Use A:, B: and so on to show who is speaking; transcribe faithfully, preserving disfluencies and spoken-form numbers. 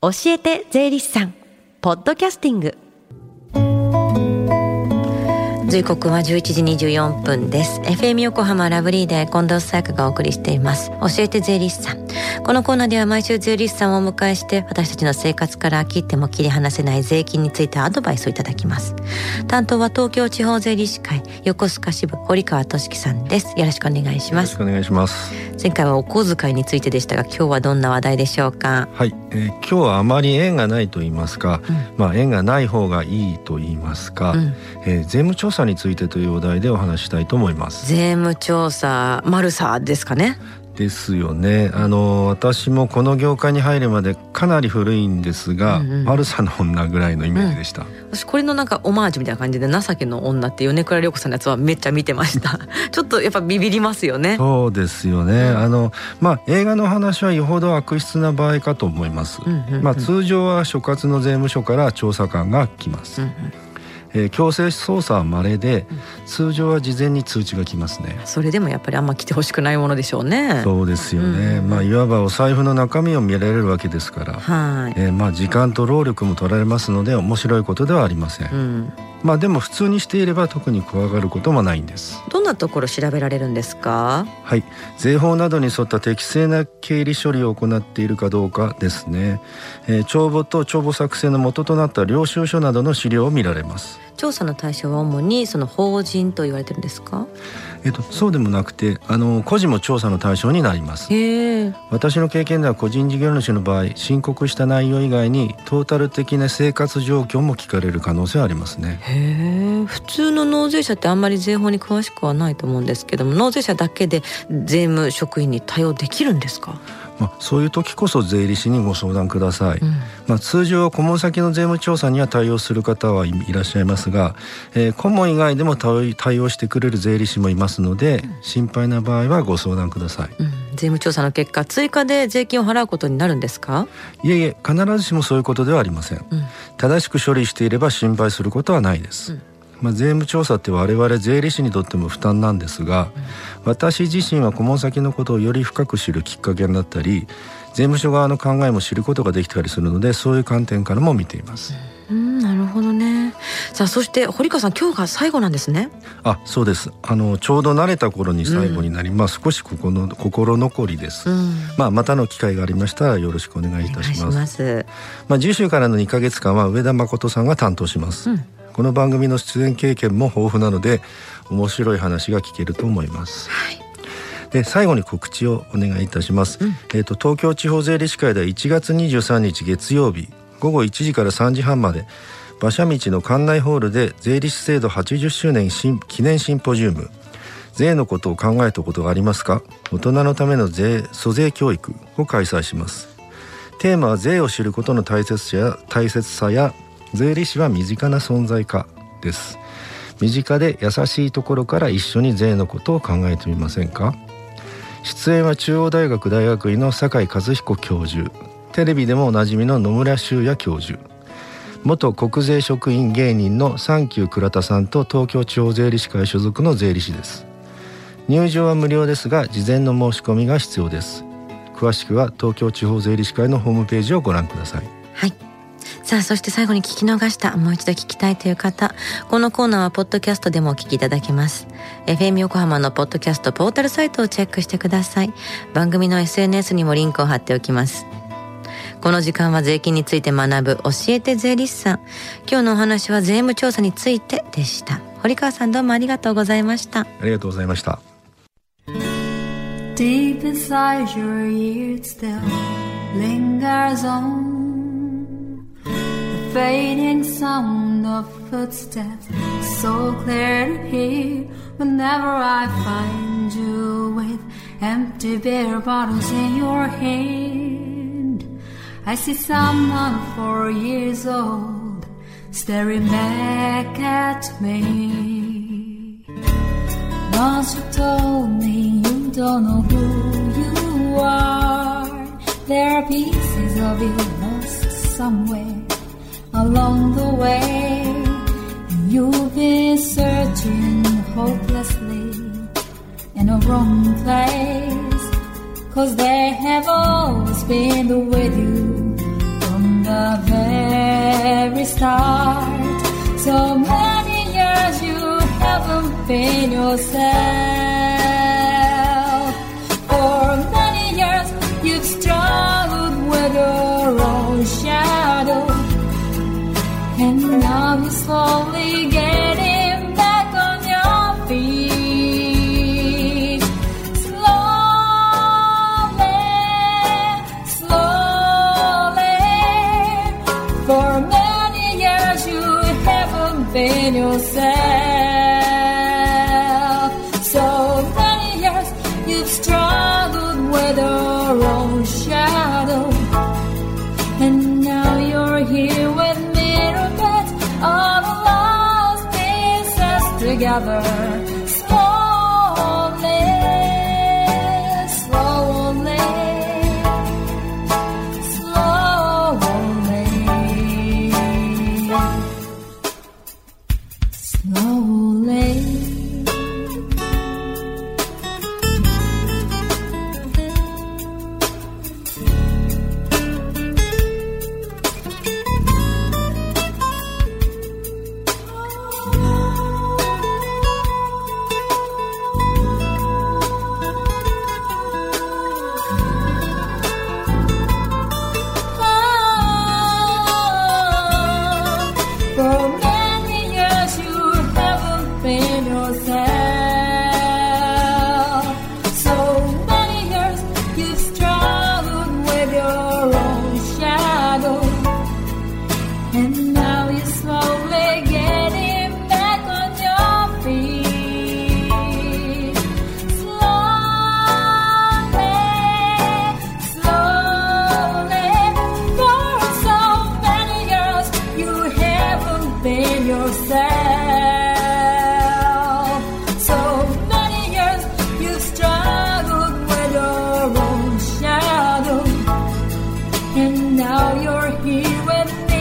A: 教えて税理士さんポッドキャスティング。時刻はじゅういちじにじゅうよんぷんです。 エフエム 横浜ラブリーで近藤紗友香がお送りしています教えて税理士さん。このコーナーでは毎週税理士さんをお迎えして私たちの生活から切っても切り離せない税金についてアドバイスをいただきます。担当は東京地方税理士会横須賀支部堀川俊樹さんです。よろしくお願いします。
B: よろしくお願いします。
A: 前回はお小遣いについてでしたが今日はどんな話題でしょうか。
B: はい、えー、今日はあまり縁がないと言いますか、うんまあ、縁がない方がいいと言いますか、うんえー、税務調査についてというお題でお話したいと思います。
A: 税務調査マルサですかね。
B: ですよね。あの私もこの業界に入るまでかなり古いんですが、うんうん、マルサの女ぐらいのイメージでした、うん、
A: 私これのなんかオマージュみたいな感じで情けの女って米倉涼子さんのやつはめっちゃ見てましたちょっとやっぱビビりますよね。
B: そうですよね、うん、あのまあ映画の話はよほど悪質な場合かと思います、うんうんうんまあ、通常は所轄の税務署から調査官が来ます、うんうんえー、強制捜査は稀で、うん、通常は事前に通知が来ますね。
A: それでもやっぱりあんま来てほしくないものでしょうね。
B: そうですよね、うんまあ、いわばお財布の中身を見られるわけですから、はいえーまあ、時間と労力も取られますので面白いことではありません、うんまあ、でも普通にしていれば特に怖がることもないんです。
A: どんなところ調べられるんですか。
B: はい、税法などに沿った適正な経理処理を行っているかどうかですね、えー、帳簿と帳簿作成の元となった領収書などの資料を見られます。
A: 調査の対象は主にその法人と言われてるんですか。
B: えっと、そうでもなくてあの個人も調査の対象になります。へー。私の経験では個人事業主の場合申告した内容以外にトータル的な生活状況も聞かれる可能性はありますね。
A: へー。普通の納税者ってあんまり税法に詳しくはないと思うんですけども納税者だけで税務職員に対応できるんですか。
B: まあ、そういう時こそ税理士にご相談ください、うんまあ、通常は顧問先の税務調査には対応する方はいらっしゃいますが、えー、顧問以外でも対応してくれる税理士もいますので、うん、心配な場合はご相談ください、うん、
A: 税務調査の結果追加で税金を払うことになるんですか。
B: いえいえ必ずしもそういうことではありません、うん、正しく処理していれば心配することはないです、うんまあ、税務調査って我々税理士にとっても負担なんですが、うん、私自身は顧問先のことをより深く知るきっかけになったり税務署側の考えも知ることができたりするのでそういう観点からも見ています、
A: うん、なるほどね。さあそして堀川さん今日が最後なんですね。
B: あ、そうです。あのちょうど慣れた頃に最後になります、うん、少しここの心残りです、うんまあ、またの機会がありましたらよろしくお願いいたします。お願いします。まあ、次週からのにかげつかんは上田誠さんが担当します、うんこの番組の出演経験も豊富なので面白い話が聞けると思います、はい、で最後に告知をお願いいたします、うんえー、と東京地方税理士会ではいちがつにじゅうさんにち月曜日ごごいちじからさんじはんまで馬車道の館内ホールで税理士制度はちじゅっしゅうねん記念シンポジウム税のことを考えたことがありますか大人のための税租税教育を開催します。テーマは税を知ることの大切さや、大切さや税理士は身近な存在かです。身近で優しいところから一緒に税のことを考えてみませんか。出演は中央大学大学院の酒井和彦教授、テレビでもおなじみの野村修也教授、元国税職員芸人のサンキュー倉田さんと東京地方税理士会所属の税理士です。入場は無料ですが事前の申し込みが必要です。詳しくは東京地方税理士会のホームページをご覧ください。
A: はい。さあそして最後に聞き逃したもう一度聞きたいという方このコーナーはポッドキャストでもお聞きいただけます。 エフエム 横浜のポッドキャストポータルサイトをチェックしてください。番組の エスエヌエス にもリンクを貼っておきます。この時間は税金について学ぶ教えて税理士さん。今日のお話は税務調査についてでした。堀川さんどうもありがとうございました。あ
B: りがとうございました。
C: Deep inside your ears still lingers on fading sound of footsteps, so clear to hear whenever I find you with empty beer bottles in your hand. I see someone four years old staring back at me. Once you told me you don't know who you are, there are pieces of you lost somewhere.Along the way, you've been searching hopelessly in a wrong place, 'cause they have always been with you from the very start. So many years you haven't been yourself. For many years you've struggled with your own shadow, and now you're slowly getting back on your feet. Slowly, slowly. For many years you haven't been yourself. So many years you've struggled with your own shadow, and now you're here with me to put all the lost pieces together. Slowly, slowly, slowly, slowly. For many years you haven't been yourself. So many years you've struggled with your own shadow, and now you're slowly getting back on your feet. Slowly, slowly. For so many years you haven't been yourself. So many years you've struggled with your own shadow, and now you're here with me